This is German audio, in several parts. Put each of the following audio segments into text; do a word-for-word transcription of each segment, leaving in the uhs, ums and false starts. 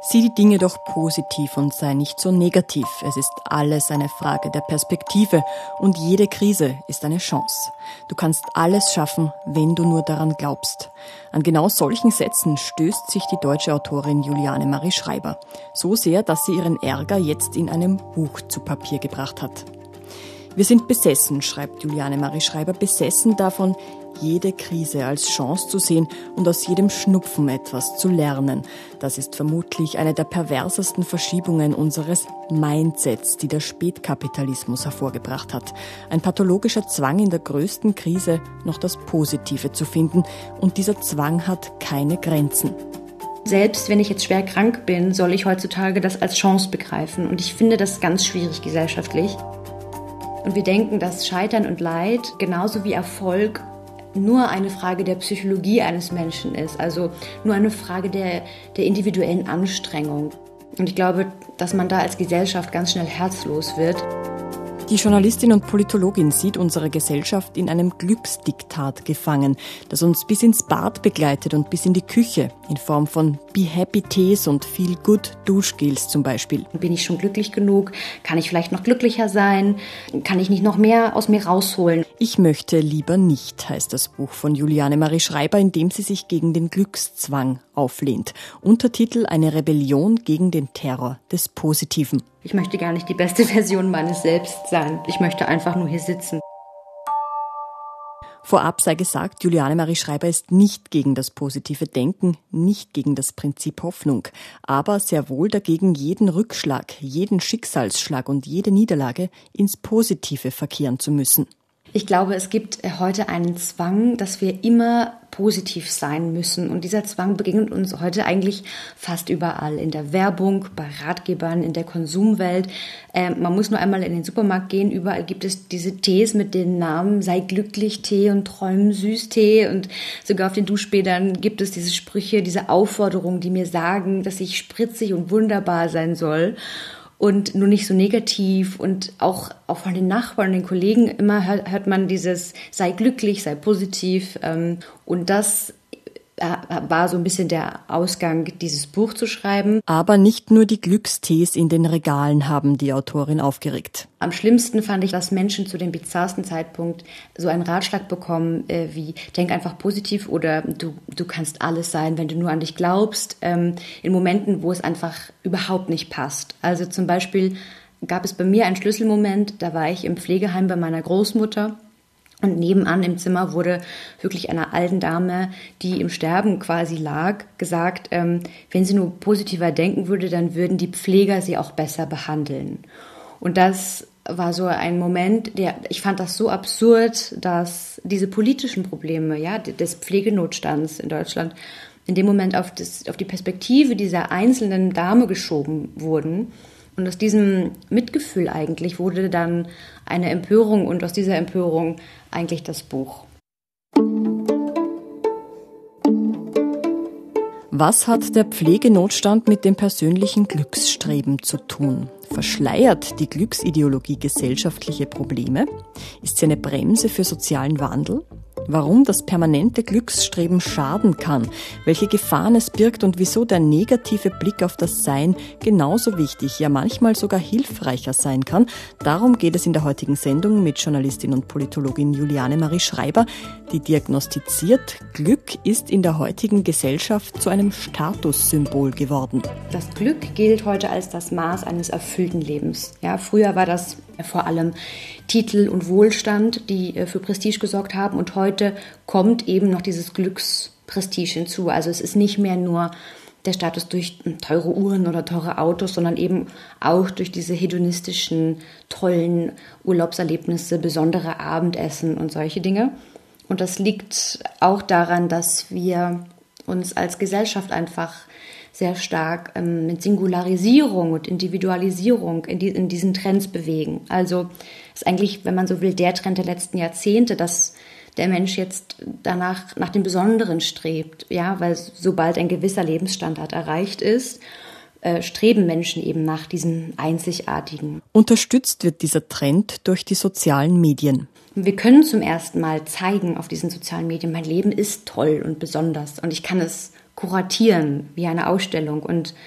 Sieh die Dinge doch positiv und sei nicht so negativ. Es ist alles eine Frage der Perspektive und jede Krise ist eine Chance. Du kannst alles schaffen, wenn du nur daran glaubst. An genau solchen Sätzen stößt sich die deutsche Autorin Juliane Marie Schreiber. So sehr, dass sie ihren Ärger jetzt in einem Buch zu Papier gebracht hat. Wir sind besessen, schreibt Juliane Marie Schreiber, besessen davon, jede Krise als Chance zu sehen und aus jedem Schnupfen etwas zu lernen. Das ist vermutlich eine der perversesten Verschiebungen unseres Mindsets, die der Spätkapitalismus hervorgebracht hat. Ein pathologischer Zwang in der größten Krise, noch das Positive zu finden. Und dieser Zwang hat keine Grenzen. Selbst wenn ich jetzt schwer krank bin, soll ich heutzutage das als Chance begreifen. Und ich finde das ganz schwierig gesellschaftlich. Und wir denken, dass Scheitern und Leid genauso wie Erfolg nur eine Frage der Psychologie eines Menschen ist, also nur eine Frage der, der individuellen Anstrengung. Und ich glaube, dass man da als Gesellschaft ganz schnell herzlos wird. Die Journalistin und Politologin sieht unsere Gesellschaft in einem Glücksdiktat gefangen, das uns bis ins Bad begleitet und bis in die Küche, in Form von Be-Happy-Tees und Feel-Good-Duschgels zum Beispiel. Bin ich schon glücklich genug? Kann ich vielleicht noch glücklicher sein? Kann ich nicht noch mehr aus mir rausholen? Ich möchte lieber nicht, heißt das Buch von Juliane Marie Schreiber, in dem sie sich gegen den Glückszwang auflehnt. Untertitel: Eine Rebellion gegen den Terror des Positiven. Ich möchte gar nicht die beste Version meines Selbst sein. Ich möchte einfach nur hier sitzen. Vorab sei gesagt, Juliane Marie Schreiber ist nicht gegen das positive Denken, nicht gegen das Prinzip Hoffnung, aber sehr wohl dagegen, jeden Rückschlag, jeden Schicksalsschlag und jede Niederlage ins Positive verkehren zu müssen. Ich glaube, es gibt heute einen Zwang, dass wir immer positiv sein müssen. Und dieser Zwang begegnet uns heute eigentlich fast überall. In der Werbung, bei Ratgebern, in der Konsumwelt. Äh, man muss nur einmal in den Supermarkt gehen. Überall gibt es diese Tees mit den Namen Sei glücklich Tee und Träumen süß Tee. Und sogar auf den Duschbädern gibt es diese Sprüche, diese Aufforderungen, die mir sagen, dass ich spritzig und wunderbar sein soll. Und nur nicht so negativ, und auch, auch von den Nachbarn, den Kollegen immer hört, hört man dieses sei glücklich, sei positiv, ähm, und das äh, war so ein bisschen der Ausgang, dieses Buch zu schreiben. Aber nicht nur die Glückstees in den Regalen haben die Autorin aufgeregt. Am schlimmsten fand ich, dass Menschen zu dem bizarrsten Zeitpunkt so einen Ratschlag bekommen, äh, wie denk einfach positiv oder du, du kannst alles sein, wenn du nur an dich glaubst, ähm, in Momenten, wo es einfach überhaupt nicht passt. Also zum Beispiel gab es bei mir einen Schlüsselmoment, da war ich im Pflegeheim bei meiner Großmutter. Und nebenan im Zimmer wurde wirklich einer alten Dame, die im Sterben quasi lag, gesagt, ähm, wenn sie nur positiver denken würde, dann würden die Pfleger sie auch besser behandeln. Und das war so ein Moment, der, ich fand das so absurd, dass diese politischen Probleme, ja, des Pflegenotstands in Deutschland in dem Moment auf, das, auf die Perspektive dieser einzelnen Dame geschoben wurden. Und aus diesem Mitgefühl eigentlich wurde dann eine Empörung und aus dieser Empörung eigentlich das Buch. Was hat der Pflegenotstand mit dem persönlichen Glücksstreben zu tun? Verschleiert die Glücksideologie gesellschaftliche Probleme? Ist sie eine Bremse für sozialen Wandel? Warum das permanente Glücksstreben schaden kann, welche Gefahren es birgt und wieso der negative Blick auf das Sein genauso wichtig, ja manchmal sogar hilfreicher sein kann, darum geht es in der heutigen Sendung mit Journalistin und Politologin Juliane Marie Schreiber, die diagnostiziert, Glück ist in der heutigen Gesellschaft zu einem Statussymbol geworden. Das Glück gilt heute als das Maß eines erfüllten Lebens. Ja, früher war das vor allem Titel und Wohlstand, die für Prestige gesorgt haben, und heute kommt eben noch dieses Glücksprestige hinzu. Also es ist nicht mehr nur der Status durch teure Uhren oder teure Autos, sondern eben auch durch diese hedonistischen, tollen Urlaubserlebnisse, besondere Abendessen und solche Dinge. Und das liegt auch daran, dass wir uns als Gesellschaft einfach sehr stark ähm, mit Singularisierung und Individualisierung in, die, in diesen Trends bewegen. Also ist eigentlich, wenn man so will, der Trend der letzten Jahrzehnte, dass der Mensch jetzt danach nach dem Besonderen strebt, ja, weil sobald ein gewisser Lebensstandard erreicht ist, äh, streben Menschen eben nach diesem Einzigartigen. Unterstützt wird dieser Trend durch die sozialen Medien. Wir können zum ersten Mal zeigen auf diesen sozialen Medien, mein Leben ist toll und besonders und ich kann es kuratieren wie eine Ausstellung. Und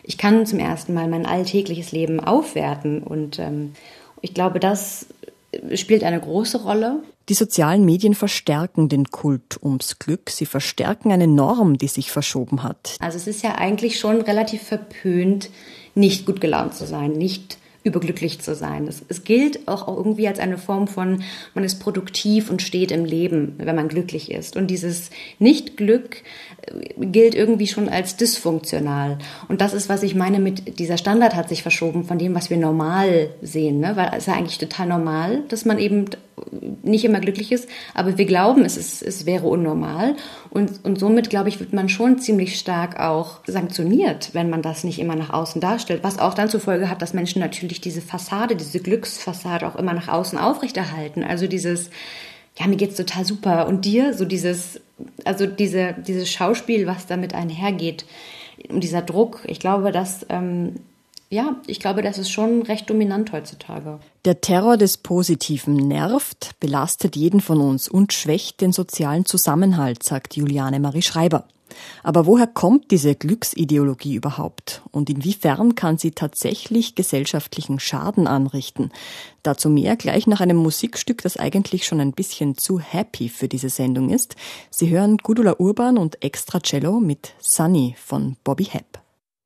ich kann zum ersten Mal mein alltägliches Leben aufwerten. Und ähm, ich glaube, das spielt eine große Rolle. Die sozialen Medien verstärken den Kult ums Glück. Sie verstärken eine Norm, die sich verschoben hat. Also es ist ja eigentlich schon relativ verpönt, nicht gut gelaunt zu sein, nicht überglücklich zu sein. Es, es gilt auch, auch irgendwie als eine Form von, man ist produktiv und steht im Leben, wenn man glücklich ist. Und dieses Nicht-Glück gilt irgendwie schon als dysfunktional. Und das ist, was ich meine mit, dieser Standard hat sich verschoben von dem, was wir normal sehen. Ne? Weil es ist ja eigentlich total normal, dass man eben nicht immer glücklich ist, aber wir glauben, es, ist, es wäre unnormal. Und, und somit, glaube ich, wird man schon ziemlich stark auch sanktioniert, wenn man das nicht immer nach außen darstellt. Was auch dann zur Folge hat, dass Menschen natürlich diese Fassade, diese Glücksfassade auch immer nach außen aufrechterhalten. Also dieses, ja, mir geht's total super. Und dir, so dieses, also diese, dieses Schauspiel, was damit einhergeht und dieser Druck, ich glaube, dass, ähm, ja, ich glaube, das ist schon recht dominant heutzutage. Der Terror des Positiven nervt, belastet jeden von uns und schwächt den sozialen Zusammenhalt, sagt Juliane Marie Schreiber. Aber woher kommt diese Glücksideologie überhaupt? Und inwiefern kann sie tatsächlich gesellschaftlichen Schaden anrichten? Dazu mehr gleich nach einem Musikstück, das eigentlich schon ein bisschen zu happy für diese Sendung ist. Sie hören Gudula Urban und Extra Cello mit Sunny von Bobby Hebb.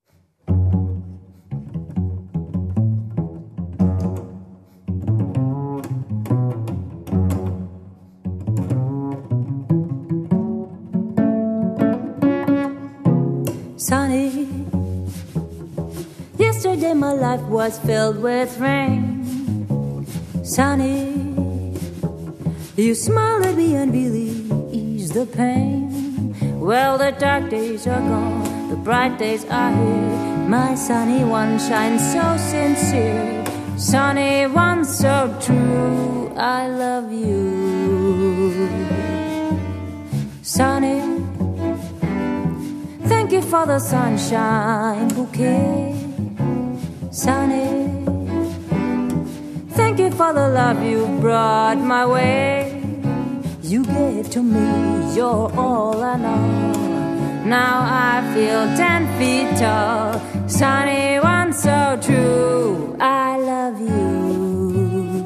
Sunny, yesterday my life was filled with rain. Sunny, you smiled at me and really eased the pain. Well, the dark days are gone, the bright days are here. My sunny one shines so sincere, sunny one so true. I love you, sunny. Thank you for the sunshine bouquet, sunny. Thank you for the love you brought my way. You gave to me your all and all. Now I feel ten feet tall, sunny one so true. I love you,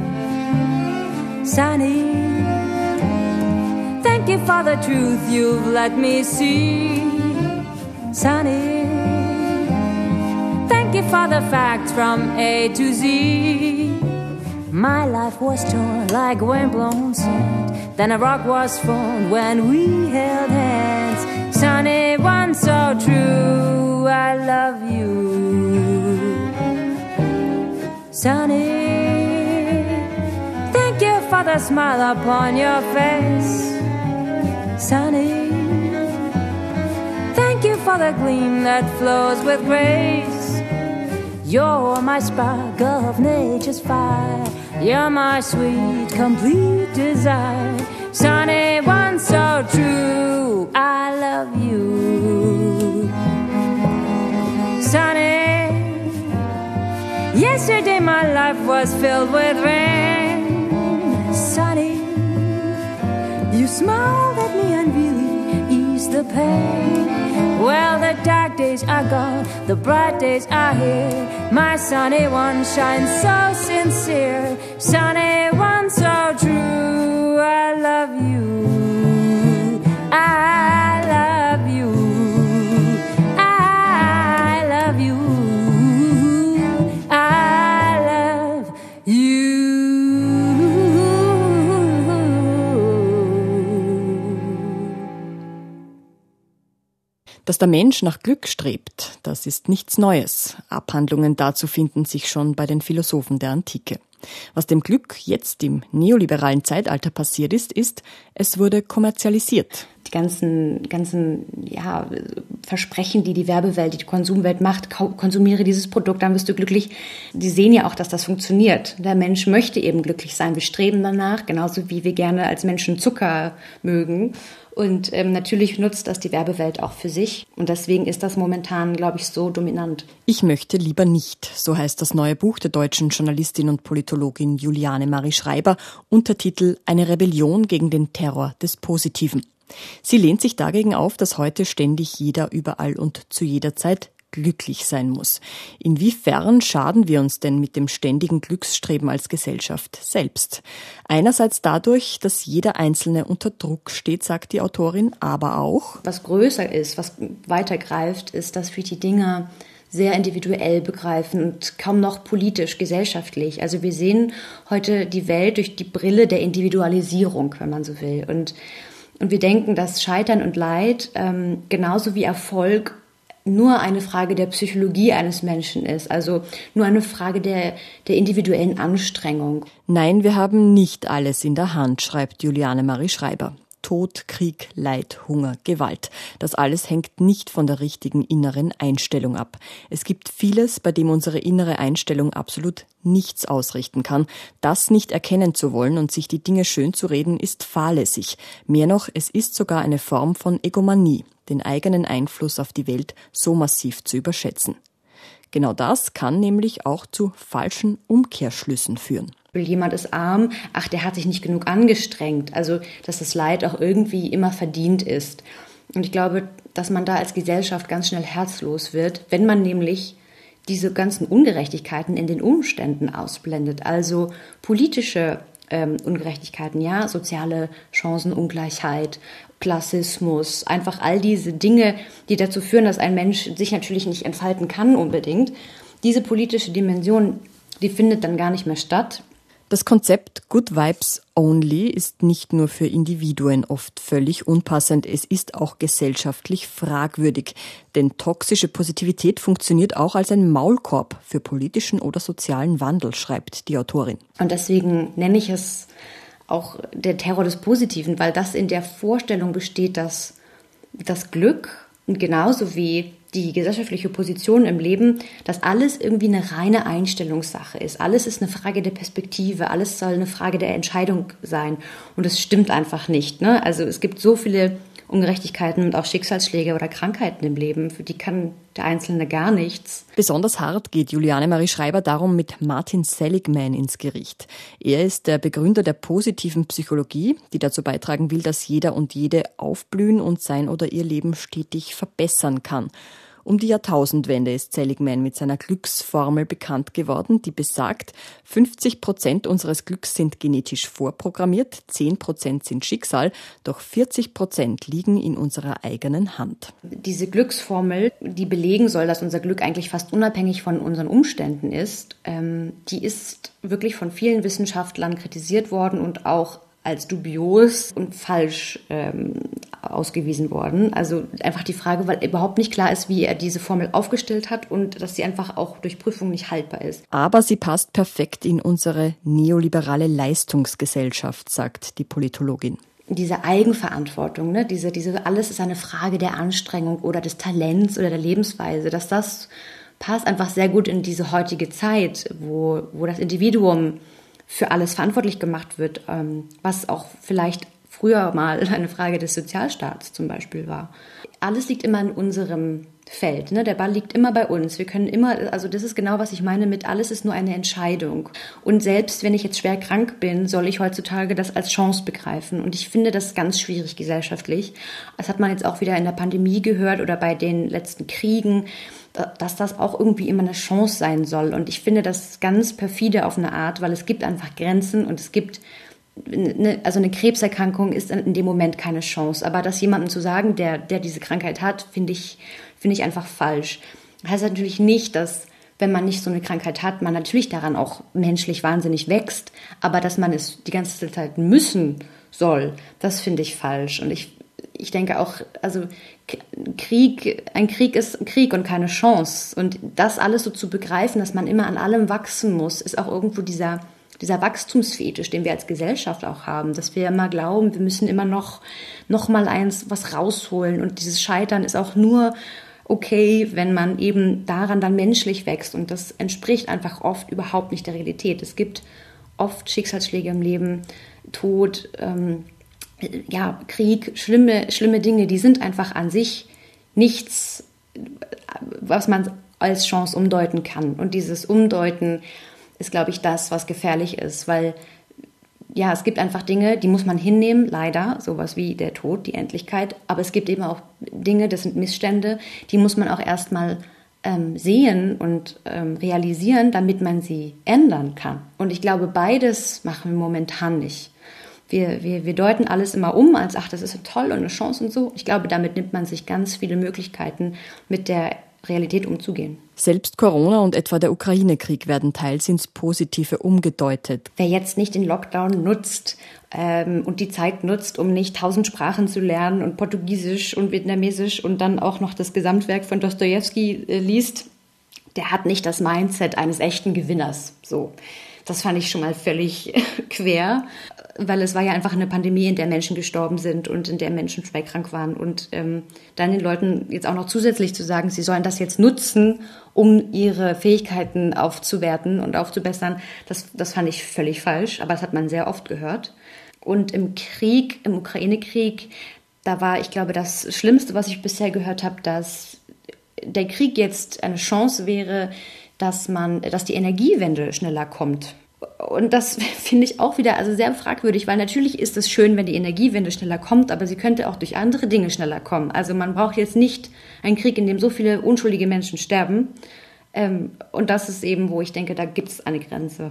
sunny. Thank you for the truth you've let me see, sunny. Thank you for the facts from A to Z. My life was torn like windblown sand, then a rock was formed when we held hands. Sunny one so true, I love you, sunny. Thank you for the smile upon your face, sunny. Thank you for the gleam that flows with grace. You're my spark of nature's fire. You're my sweet, complete desire. Sunny one so true, I love you, sunny. Yesterday my life was filled with rain, sunny. You smiled at me and really eased the pain. Well, the dark days are gone, the bright days are here. My sunny one shines so sincere, sunny one so true. I love you, I love you, I love you, I love you. Dass der Mensch nach Glück strebt, das ist nichts Neues. Abhandlungen dazu finden sich schon bei den Philosophen der Antike. Was dem Glück jetzt im neoliberalen Zeitalter passiert ist, ist, es wurde kommerzialisiert. Die ganzen, ganzen ja, Versprechen, die die Werbewelt, die Konsumwelt macht, konsumiere dieses Produkt, dann wirst du glücklich. Die sehen ja auch, dass das funktioniert. Der Mensch möchte eben glücklich sein. Wir streben danach, genauso wie wir gerne als Menschen Zucker mögen. Und ähm, natürlich nutzt das die Werbewelt auch für sich. Und deswegen ist das momentan, glaube ich, so dominant. Ich möchte lieber nicht, so heißt das neue Buch der deutschen Journalistin und Politologin Juliane Marie Schreiber, Untertitel Eine Rebellion gegen den Terror des Positiven. Sie lehnt sich dagegen auf, dass heute ständig jeder überall und zu jeder Zeit glücklich sein muss. Inwiefern schaden wir uns denn mit dem ständigen Glücksstreben als Gesellschaft selbst? Einerseits dadurch, dass jeder Einzelne unter Druck steht, sagt die Autorin, aber auch, was größer ist, was weitergreift, ist, dass wir die Dinge sehr individuell begreifen und kaum noch politisch, gesellschaftlich. Also wir sehen heute die Welt durch die Brille der Individualisierung, wenn man so will. Und, und wir denken, dass Scheitern und Leid ähm, genauso wie Erfolg nur eine Frage der Psychologie eines Menschen ist, also nur eine Frage der, der individuellen Anstrengung. Nein, wir haben nicht alles in der Hand, schreibt Juliane Marie Schreiber. Tod, Krieg, Leid, Hunger, Gewalt. Das alles hängt nicht von der richtigen inneren Einstellung ab. Es gibt vieles, bei dem unsere innere Einstellung absolut nichts ausrichten kann. Das nicht erkennen zu wollen und sich die Dinge schön zu reden, ist fahrlässig. Mehr noch, es ist sogar eine Form von Egomanie, den eigenen Einfluss auf die Welt so massiv zu überschätzen. Genau das kann nämlich auch zu falschen Umkehrschlüssen führen. Jemand ist arm, ach, der hat sich nicht genug angestrengt. Also, dass das Leid auch irgendwie immer verdient ist. Und ich glaube, dass man da als Gesellschaft ganz schnell herzlos wird, wenn man nämlich diese ganzen Ungerechtigkeiten in den Umständen ausblendet. Also politische ähm, Ungerechtigkeiten, ja, soziale Chancenungleichheit, Klassismus, einfach all diese Dinge, die dazu führen, dass ein Mensch sich natürlich nicht entfalten kann unbedingt. Diese politische Dimension, die findet dann gar nicht mehr statt. Das Konzept Good Vibes Only ist nicht nur für Individuen oft völlig unpassend, es ist auch gesellschaftlich fragwürdig. Denn toxische Positivität funktioniert auch als ein Maulkorb für politischen oder sozialen Wandel, schreibt die Autorin. Und deswegen nenne ich es auch der Terror des Positiven, weil das in der Vorstellung besteht, dass das Glück und genauso wie die gesellschaftliche Position im Leben, dass alles irgendwie eine reine Einstellungssache ist. Alles ist eine Frage der Perspektive, alles soll eine Frage der Entscheidung sein. Und das stimmt einfach nicht, ne? Also es gibt so viele Ungerechtigkeiten und auch Schicksalsschläge oder Krankheiten im Leben, für die kann der Einzelne gar nichts. Besonders hart geht Juliane Marie Schreiber darum mit Martin Seligman ins Gericht. Er ist der Begründer der positiven Psychologie, die dazu beitragen will, dass jeder und jede aufblühen und sein oder ihr Leben stetig verbessern kann. Um die Jahrtausendwende ist Seligman mit seiner Glücksformel bekannt geworden, die besagt, fünfzig Prozent unseres Glücks sind genetisch vorprogrammiert, zehn Prozent sind Schicksal, doch vierzig Prozent liegen in unserer eigenen Hand. Diese Glücksformel, die belegen soll, dass unser Glück eigentlich fast unabhängig von unseren Umständen ist, ähm, die ist wirklich von vielen Wissenschaftlern kritisiert worden und auch als dubios und falsch ähm, ausgewiesen worden. Also einfach die Frage, weil überhaupt nicht klar ist, wie er diese Formel aufgestellt hat und dass sie einfach auch durch Prüfung nicht haltbar ist. Aber sie passt perfekt in unsere neoliberale Leistungsgesellschaft, sagt die Politologin. Diese Eigenverantwortung, ne? diese, diese, alles ist eine Frage der Anstrengung oder des Talents oder der Lebensweise, dass das passt einfach sehr gut in diese heutige Zeit, wo, wo das Individuum für alles verantwortlich gemacht wird, was auch vielleicht früher mal eine Frage des Sozialstaats zum Beispiel war. Alles liegt immer in unserem Feld, ne? Der Ball liegt immer bei uns. Wir können immer, also das ist genau, was ich meine mit alles ist nur eine Entscheidung. Und selbst wenn ich jetzt schwer krank bin, soll ich heutzutage das als Chance begreifen. Und ich finde das ganz schwierig gesellschaftlich. Das hat man jetzt auch wieder in der Pandemie gehört oder bei den letzten Kriegen, dass das auch irgendwie immer eine Chance sein soll. Und ich finde das ganz perfide auf eine Art, weil es gibt einfach Grenzen und es gibt, eine, also eine Krebserkrankung ist in dem Moment keine Chance. Aber das jemandem zu sagen, der, der diese Krankheit hat, finde ich, finde ich einfach falsch. Das heißt natürlich nicht, dass, wenn man nicht so eine Krankheit hat, man natürlich daran auch menschlich wahnsinnig wächst, aber dass man es die ganze Zeit müssen soll, das finde ich falsch. Und ich Ich denke auch, also Krieg, ein Krieg ist Krieg und keine Chance. Und das alles so zu begreifen, dass man immer an allem wachsen muss, ist auch irgendwo dieser, dieser Wachstumsfetisch, den wir als Gesellschaft auch haben, dass wir immer glauben, wir müssen immer noch, noch mal eins was rausholen. Und dieses Scheitern ist auch nur okay, wenn man eben daran dann menschlich wächst. Und das entspricht einfach oft überhaupt nicht der Realität. Es gibt oft Schicksalsschläge im Leben, Tod, ähm, ja, Krieg, schlimme, schlimme Dinge, die sind einfach an sich nichts, was man als Chance umdeuten kann. Und dieses Umdeuten ist, glaube ich, das, was gefährlich ist, weil ja, es gibt einfach Dinge, die muss man hinnehmen, leider, sowas wie der Tod, die Endlichkeit, aber es gibt eben auch Dinge, das sind Missstände, die muss man auch erstmal ähm, sehen und ähm, realisieren, damit man sie ändern kann. Und ich glaube, beides machen wir momentan nicht. Wir, wir, wir deuten alles immer um, als ach, das ist so toll und eine Chance und so. Ich glaube, damit nimmt man sich ganz viele Möglichkeiten, mit der Realität umzugehen. Selbst Corona und etwa der Ukraine-Krieg werden teils ins Positive umgedeutet. Wer jetzt nicht den Lockdown nutzt ähm, und die Zeit nutzt, um nicht tausend Sprachen zu lernen und Portugiesisch und Vietnamesisch und dann auch noch das Gesamtwerk von Dostojewski äh, liest, der hat nicht das Mindset eines echten Gewinners. So. Das fand ich schon mal völlig quer, weil es war ja einfach eine Pandemie, in der Menschen gestorben sind und in der Menschen schwer krank waren. Und ähm, dann den Leuten jetzt auch noch zusätzlich zu sagen, sie sollen das jetzt nutzen, um ihre Fähigkeiten aufzuwerten und aufzubessern, das, das fand ich völlig falsch. Aber das hat man sehr oft gehört. Und im Krieg, im Ukraine-Krieg, da war, ich glaube, das Schlimmste, was ich bisher gehört habe, dass der Krieg jetzt eine Chance wäre, dass man, dass die Energiewende schneller kommt. Und das finde ich auch wieder also sehr fragwürdig, weil natürlich ist es schön, wenn die Energiewende schneller kommt, aber sie könnte auch durch andere Dinge schneller kommen. Also man braucht jetzt nicht einen Krieg, in dem so viele unschuldige Menschen sterben. Und das ist eben, wo ich denke, da gibt es eine Grenze.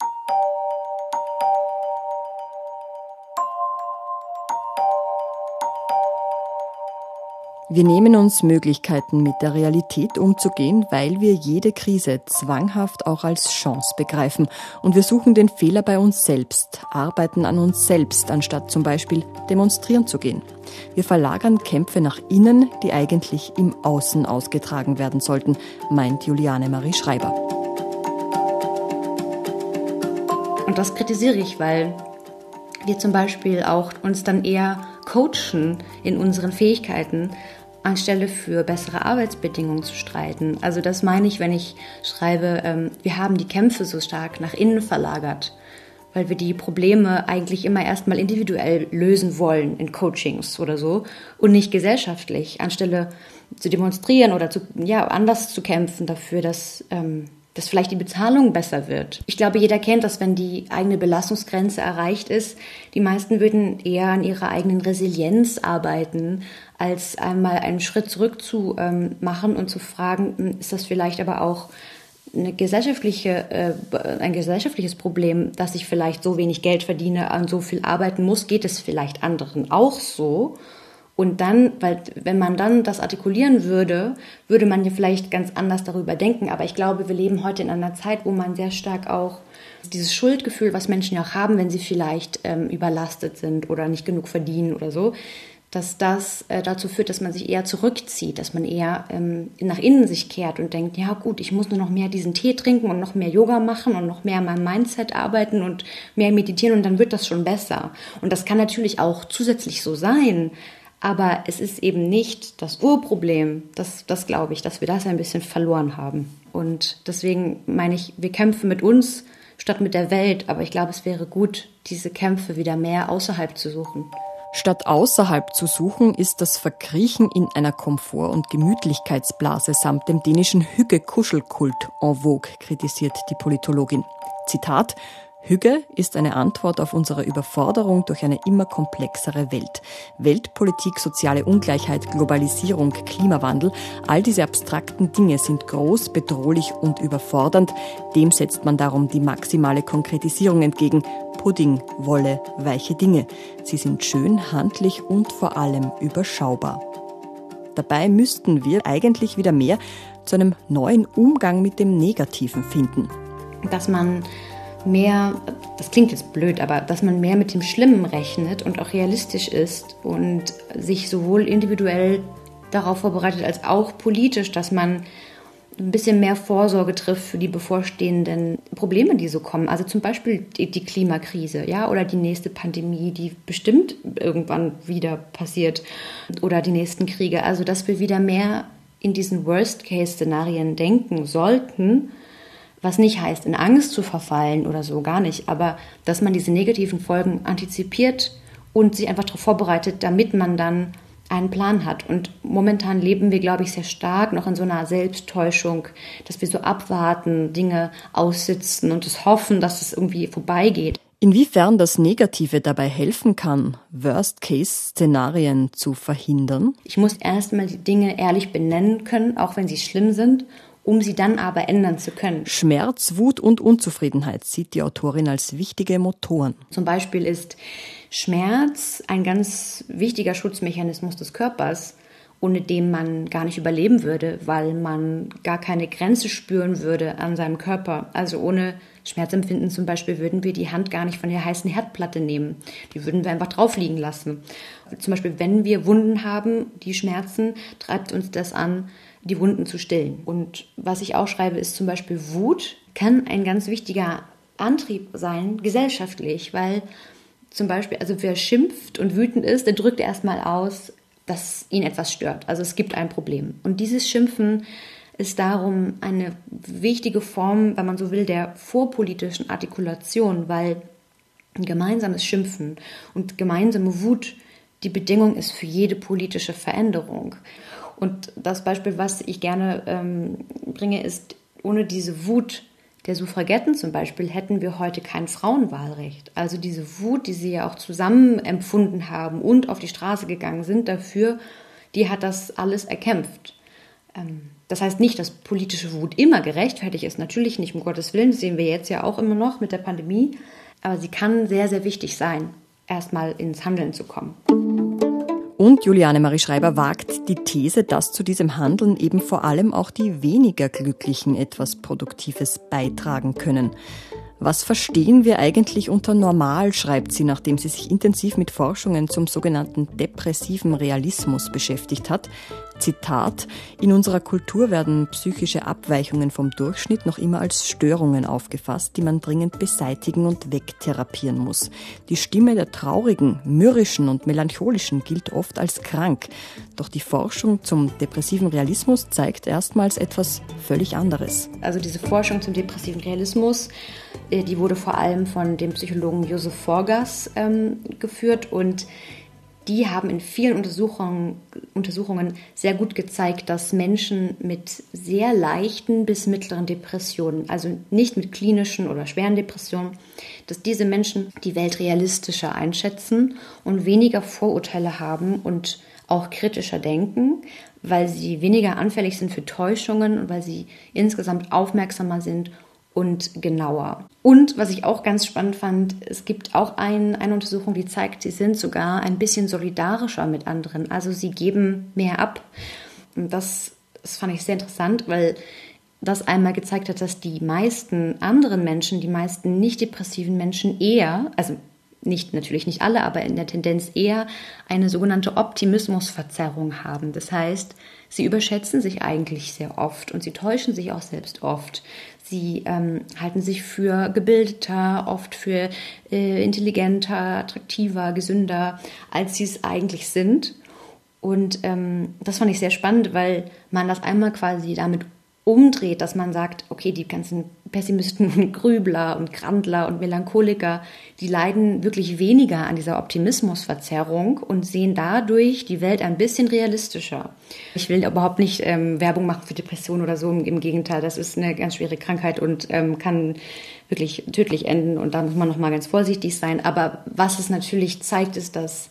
Wir nehmen uns Möglichkeiten, mit der Realität umzugehen, weil wir jede Krise zwanghaft auch als Chance begreifen. Und wir suchen den Fehler bei uns selbst, arbeiten an uns selbst, anstatt zum Beispiel demonstrieren zu gehen. Wir verlagern Kämpfe nach innen, die eigentlich im Außen ausgetragen werden sollten, meint Juliane Marie Schreiber. Und das kritisiere ich, weil wir zum Beispiel auch uns dann eher coachen in unseren Fähigkeiten, anstelle für bessere Arbeitsbedingungen zu streiten. Also das meine ich, wenn ich schreibe, ähm, wir haben die Kämpfe so stark nach innen verlagert, weil wir die Probleme eigentlich immer erstmal individuell lösen wollen in Coachings oder so und nicht gesellschaftlich, anstelle zu demonstrieren oder zu, ja, anders zu kämpfen dafür, dass ähm, dass vielleicht die Bezahlung besser wird. Ich glaube, jeder kennt das, wenn die eigene Belastungsgrenze erreicht ist. Die meisten würden eher an ihrer eigenen Resilienz arbeiten, als einmal einen Schritt zurück zu ähm, machen und zu fragen, ist das vielleicht aber auch eine gesellschaftliche, äh, ein gesellschaftliches Problem, dass ich vielleicht so wenig Geld verdiene und so viel arbeiten muss, geht es vielleicht anderen auch so? Und dann, weil wenn man dann das artikulieren würde, würde man ja vielleicht ganz anders darüber denken. Aber ich glaube, wir leben heute in einer Zeit, wo man sehr stark auch dieses Schuldgefühl, was Menschen ja auch haben, wenn sie vielleicht ähm, überlastet sind oder nicht genug verdienen oder so, dass das äh, dazu führt, dass man sich eher zurückzieht, dass man eher ähm, nach innen sich kehrt und denkt, ja gut, ich muss nur noch mehr diesen Tee trinken und noch mehr Yoga machen und noch mehr an meinem Mindset arbeiten und mehr meditieren und dann wird das schon besser. Und das kann natürlich auch zusätzlich so sein, aber es ist eben nicht das Urproblem, das, das glaube ich, dass wir das ein bisschen verloren haben. Und deswegen meine ich, wir kämpfen mit uns statt mit der Welt. Aber ich glaube, es wäre gut, diese Kämpfe wieder mehr außerhalb zu suchen. Statt außerhalb zu suchen, ist das Verkriechen in einer Komfort- und Gemütlichkeitsblase samt dem dänischen Hygge-Kuschelkult en vogue, kritisiert die Politologin. Zitat: Hygge ist eine Antwort auf unsere Überforderung durch eine immer komplexere Welt. Weltpolitik, soziale Ungleichheit, Globalisierung, Klimawandel, all diese abstrakten Dinge sind groß, bedrohlich und überfordernd. Dem setzt man darum die maximale Konkretisierung entgegen. Pudding, Wolle, weiche Dinge. Sie sind schön, handlich und vor allem überschaubar. Dabei müssten wir eigentlich wieder mehr zu einem neuen Umgang mit dem Negativen finden. Dass man mehr, das klingt jetzt blöd, aber dass man mehr mit dem Schlimmen rechnet und auch realistisch ist und sich sowohl individuell darauf vorbereitet als auch politisch, dass man ein bisschen mehr Vorsorge trifft für die bevorstehenden Probleme, die so kommen. Also zum Beispiel die, die Klimakrise, ja, oder die nächste Pandemie, die bestimmt irgendwann wieder passiert, oder die nächsten Kriege. Also dass wir wieder mehr in diesen Worst-Case-Szenarien denken sollten, was nicht heißt, in Angst zu verfallen oder so, gar nicht, aber dass man diese negativen Folgen antizipiert und sich einfach darauf vorbereitet, damit man dann einen Plan hat. Und momentan leben wir, glaube ich, sehr stark noch in so einer Selbsttäuschung, dass wir so abwarten, Dinge aussitzen und es hoffen, dass es irgendwie vorbeigeht. Inwiefern das Negative dabei helfen kann, Worst-Case-Szenarien zu verhindern? Ich muss erstmal die Dinge ehrlich benennen können, auch wenn sie schlimm sind, um sie dann aber ändern zu können. Schmerz, Wut und Unzufriedenheit sieht die Autorin als wichtige Motoren. Zum Beispiel ist Schmerz ein ganz wichtiger Schutzmechanismus des Körpers, ohne den man gar nicht überleben würde, weil man gar keine Grenze spüren würde an seinem Körper. Also ohne Schmerzempfinden zum Beispiel würden wir die Hand gar nicht von der heißen Herdplatte nehmen. Die würden wir einfach drauf liegen lassen. Zum Beispiel, wenn wir Wunden haben, die schmerzen, treibt uns das an, die Wunden zu stillen. Und was ich auch schreibe, ist zum Beispiel Wut kann ein ganz wichtiger Antrieb sein, gesellschaftlich, weil zum Beispiel, also wer schimpft und wütend ist, der drückt erstmal aus, dass ihn etwas stört. Also es gibt ein Problem. Und dieses Schimpfen ist darum eine wichtige Form, wenn man so will, der vorpolitischen Artikulation, weil ein gemeinsames Schimpfen und gemeinsame Wut die Bedingung ist für jede politische Veränderung. Und das Beispiel, was ich gerne ähm, bringe, ist, ohne diese Wut der Suffragetten zum Beispiel hätten wir heute kein Frauenwahlrecht. Also diese Wut, die sie ja auch zusammen empfunden haben und auf die Straße gegangen sind dafür, die hat das alles erkämpft. Ähm, das heißt nicht, dass politische Wut immer gerechtfertigt ist. Natürlich nicht, um Gottes Willen. Das sehen wir jetzt ja auch immer noch mit der Pandemie. Aber sie kann sehr, sehr wichtig sein, erstmal ins Handeln zu kommen. Und Juliane Marie Schreiber wagt die These, dass zu diesem Handeln eben vor allem auch die weniger Glücklichen etwas Produktives beitragen können. Was verstehen wir eigentlich unter normal, schreibt sie, nachdem sie sich intensiv mit Forschungen zum sogenannten depressiven Realismus beschäftigt hat. Zitat: In unserer Kultur werden psychische Abweichungen vom Durchschnitt noch immer als Störungen aufgefasst, die man dringend beseitigen und wegtherapieren muss. Die Stimme der Traurigen, Mürrischen und Melancholischen gilt oft als krank. Doch die Forschung zum depressiven Realismus zeigt erstmals etwas völlig anderes. Also diese Forschung zum depressiven Realismus, die wurde vor allem von dem Psychologen Josef Forgas ähm, geführt und die haben in vielen Untersuchungen, Untersuchungen sehr gut gezeigt, dass Menschen mit sehr leichten bis mittleren Depressionen, also nicht mit klinischen oder schweren Depressionen, dass diese Menschen die Welt realistischer einschätzen und weniger Vorurteile haben und auch kritischer denken, weil sie weniger anfällig sind für Täuschungen und weil sie insgesamt aufmerksamer sind und genauer. Und was ich auch ganz spannend fand, es gibt auch ein, eine Untersuchung, die zeigt, sie sind sogar ein bisschen solidarischer mit anderen. Also sie geben mehr ab. Und das, das fand ich sehr interessant, weil das einmal gezeigt hat, dass die meisten anderen Menschen, die meisten nicht depressiven Menschen eher, also nicht, natürlich nicht alle, aber in der Tendenz eher eine sogenannte Optimismusverzerrung haben. Das heißt, sie überschätzen sich eigentlich sehr oft und sie täuschen sich auch selbst oft. Sie ähm, halten sich für gebildeter, oft für äh, intelligenter, attraktiver, gesünder, als sie es eigentlich sind. Und ähm, das fand ich sehr spannend, weil man das einmal quasi damit umdreht, dass man sagt, okay, die ganzen Pessimisten und Grübler und Grandler und Melancholiker, die leiden wirklich weniger an dieser Optimismusverzerrung und sehen dadurch die Welt ein bisschen realistischer. Ich will überhaupt nicht ähm, Werbung machen für Depression oder so, im Gegenteil, das ist eine ganz schwere Krankheit und ähm, kann wirklich tödlich enden und da muss man nochmal ganz vorsichtig sein. Aber was es natürlich zeigt, ist, dass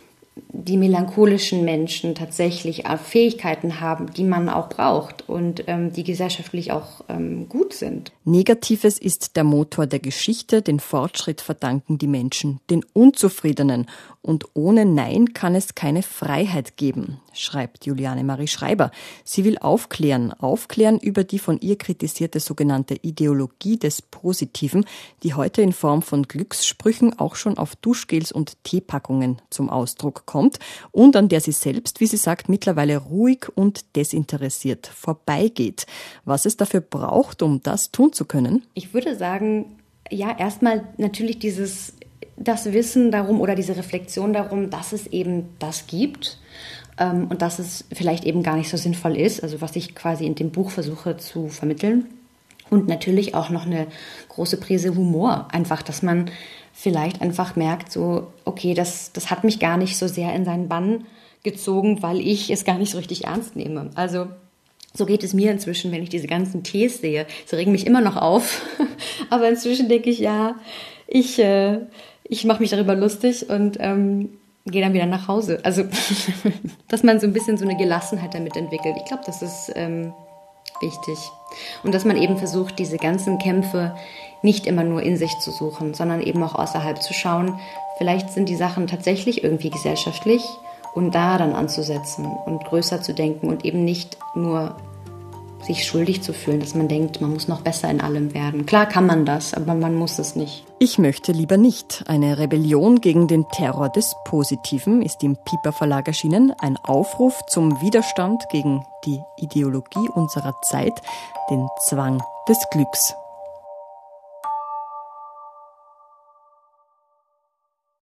die melancholischen Menschen tatsächlich Fähigkeiten haben, die man auch braucht und ähm, die gesellschaftlich auch ähm, gut sind. Negatives ist der Motor der Geschichte, den Fortschritt verdanken die Menschen den Unzufriedenen und ohne Nein kann es keine Freiheit geben, schreibt Juliane Marie Schreiber. Sie will aufklären, aufklären über die von ihr kritisierte sogenannte Ideologie des Positiven, die heute in Form von Glückssprüchen auch schon auf Duschgels und Teepackungen zum Ausdruck kommt und an der sie selbst, wie sie sagt, mittlerweile ruhig und desinteressiert vorbeigeht. Was es dafür braucht, um das tun zu können? Ich würde sagen, ja, erstmal natürlich dieses das Wissen darum oder diese Reflexion darum, dass es eben das gibt ähm, und dass es vielleicht eben gar nicht so sinnvoll ist, also was ich quasi in dem Buch versuche zu vermitteln. Und natürlich auch noch eine große Prise Humor, einfach, dass man vielleicht einfach merkt, so, okay, das, das hat mich gar nicht so sehr in seinen Bann gezogen, weil ich es gar nicht so richtig ernst nehme. Also so geht es mir inzwischen, wenn ich diese ganzen Tees sehe. Sie regen mich immer noch auf, aber inzwischen denke ich, ja, ich, äh, ich mache mich darüber lustig und ähm, gehe dann wieder nach Hause. Also, dass man so ein bisschen so eine Gelassenheit damit entwickelt. Ich glaube, das ist ähm, wichtig. Und dass man eben versucht, diese ganzen Kämpfe nicht immer nur in sich zu suchen, sondern eben auch außerhalb zu schauen. Vielleicht sind die Sachen tatsächlich irgendwie gesellschaftlich und da dann anzusetzen und größer zu denken und eben nicht nur sich schuldig zu fühlen, dass man denkt, man muss noch besser in allem werden. Klar kann man das, aber man muss es nicht. Ich möchte lieber nicht. Eine Rebellion gegen den Terror des Positiven ist im Piper Verlag erschienen. Ein Aufruf zum Widerstand gegen die Ideologie unserer Zeit, den Zwang des Glücks.